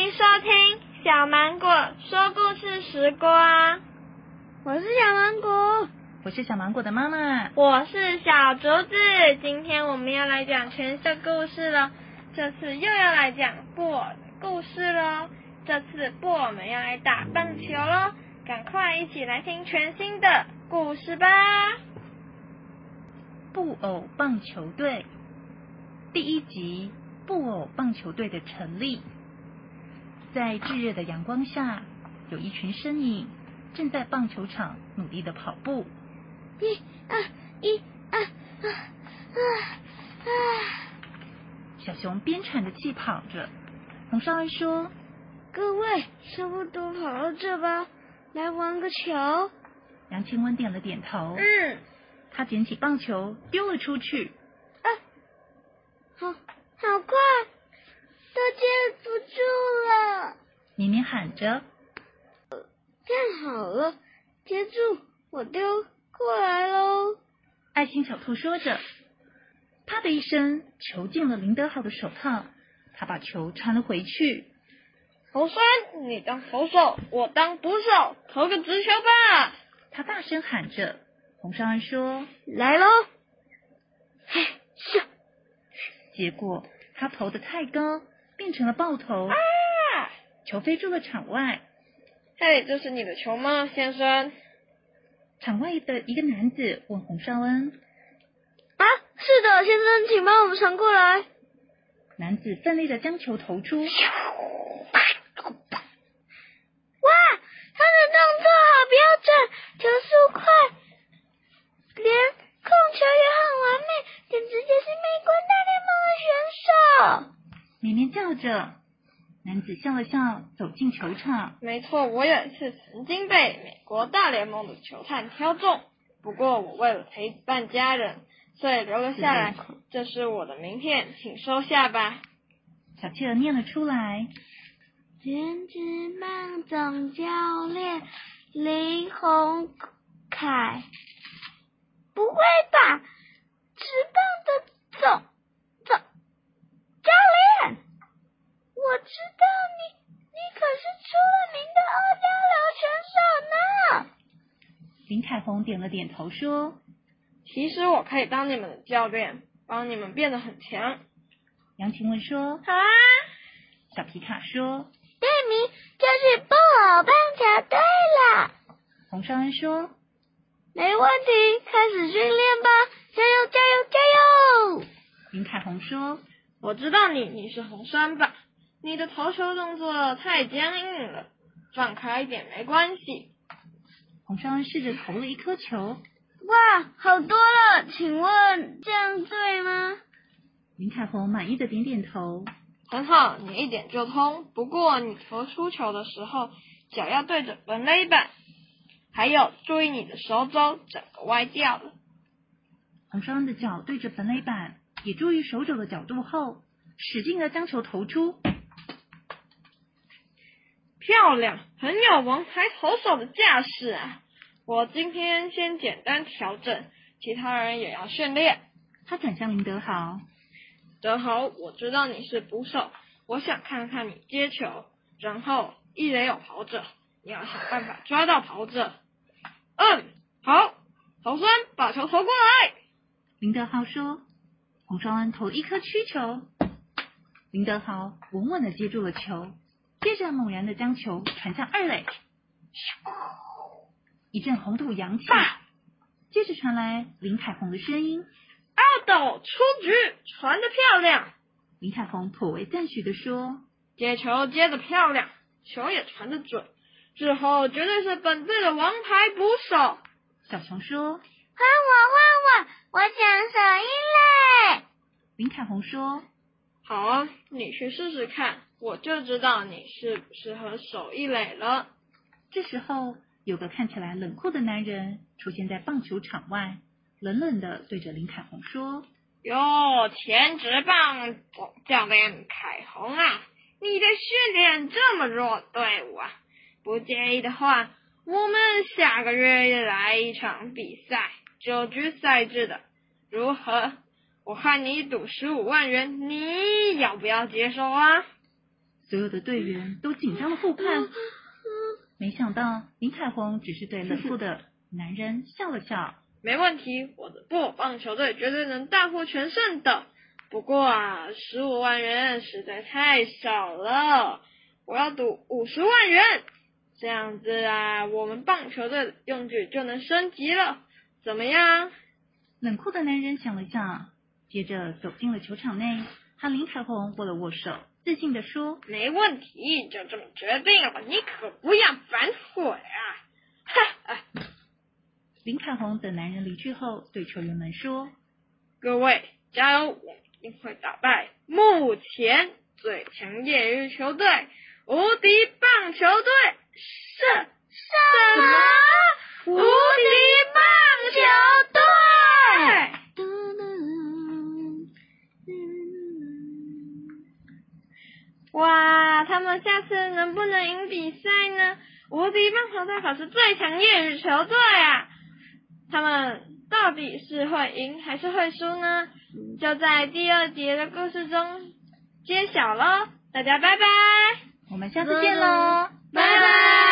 迎收听小芒果说故事时光。 我是小芒果， 我是小芒果的妈妈， 我是小竹子。今天我们要来讲全新的故事了，这次又要来讲布偶的故事咯。这次布偶们要来打棒球咯，赶快一起来听全新的故事吧。 布偶棒球队第一集，布偶棒球队的成立。在炙热的阳光下，有一群身影正在棒球场努力的跑步。小熊边喘着气跑着。洪少恩说：“ 各位，差不多跑到这吧，来玩个球。” 杨清文点了点头。他捡起棒球丢了出去。 好快，都接不住了。 绵绵喊着：“ 看好了，接住，我丢过来喽。” 爱心小兔说着，啪的一声，球进了林德豪的手套，他把球传了回去。 洪山，你当投手，我当捕手，投个直球吧！ 他大声喊着。洪少安说：“ 来喽！” 结果他投得太高，变成了爆头，球飞出了场外。 嘿，这是你的球吗，先生？ 场外的一个男子问洪少恩：“ 是的，先生，请帮我们传过来。” 男子奋力的将球投出。 哇，他的动作好标准，球速快，连控球也很完美，简直就是美国大联盟的选手。 绵绵叫着。男子笑了笑，走进球场。 没错，我也是曾经被美国大联盟的球探挑中，不过我为了陪伴家人，所以留了下来。这是我的名片，请收下吧。 小企鹅念了出来：“ 全职棒总教练林宏凯。”不会吧？职棒的总教练？我知道你可是出了名的二刀流选手呢。 林凯宏点了点头说：“ 其实我可以当你们的教练，帮你们变得很强。” 杨晴雯说：“ 好啊。” 小皮卡说：“ 队名就是布偶棒球队了。” 洪少恩说：“ 没问题，开始训练吧，加油加油加油！” 林凯宏说：“ 我知道你是洪山吧？你的投球动作太僵硬了，放开一点没关系。” 洪少恩试着投了一颗球。 哇，好多了，请问这样对吗？ 林凯宏满意的点点头。 很好，你一点就通。不过你投出球的时候，脚要对着本垒板，还有注意你的手肘整个歪掉了。 洪少恩的脚对着本垒板，也注意手肘的角度后，使劲的将球投出。 漂亮，很有王牌投手的架势啊！我今天先简单调整，其他人也要训练。 他转向林德豪：“ 德豪，我知道你是捕手，我想看看你接球，然后一垒有跑者，你要想办法抓到跑者。”好，洪山把球投过来。 林德豪说。洪少恩投一颗曲球，林德豪稳稳的接住了球，接着猛然的将球传向二垒。一阵红土扬起，接着传来林凯宏的声音 ：“out，出局，传得漂亮。” 林凯宏颇为赞许的说：“ 接球接得漂亮，球也传得准，之后绝对是本队的王牌捕手。” 小熊说：“ 换我，我想守一垒。” 林凯宏说：“ 好啊，你去试试看，我就知道你适不适合守一垒了。” 这时候，有个看起来冷酷的男人出现在棒球场外，冷冷的对着林凯宏说：“ 哟，前职棒总教练凯宏啊，你的训练这么弱，队伍啊，不介意的话，我们下个月来一场比赛，9局赛制的，如何？我和你赌15万元，你要不要接受啊？” 所有的队员都紧张的互看。没想到林彩虹只是对冷酷的男人笑了笑。 没问题，我的布偶棒球队绝对能大获全胜的。不过啊，15万元实在太少了，我要赌50万元，这样子啊，我们棒球队的用具就能升级了，怎么样？ 冷酷的男人想了想，接着走进了球场内，和林彩虹握了握手，自信地说： 没问题，就这么决定了，你可不要反悔啊！哈哈。 林彩虹等男人离去后，对球员们说： 各位加油，我们一定会打败目前最强业余球队无敌棒球队。什么？无敌棒球队？哇，他们下次能不能赢比赛呢？无敌棒球队可是最强业余球队啊！他们到底是会赢还是会输呢？就在第2节的故事中揭晓咯。大家拜拜， 我们下次见喽， 拜拜。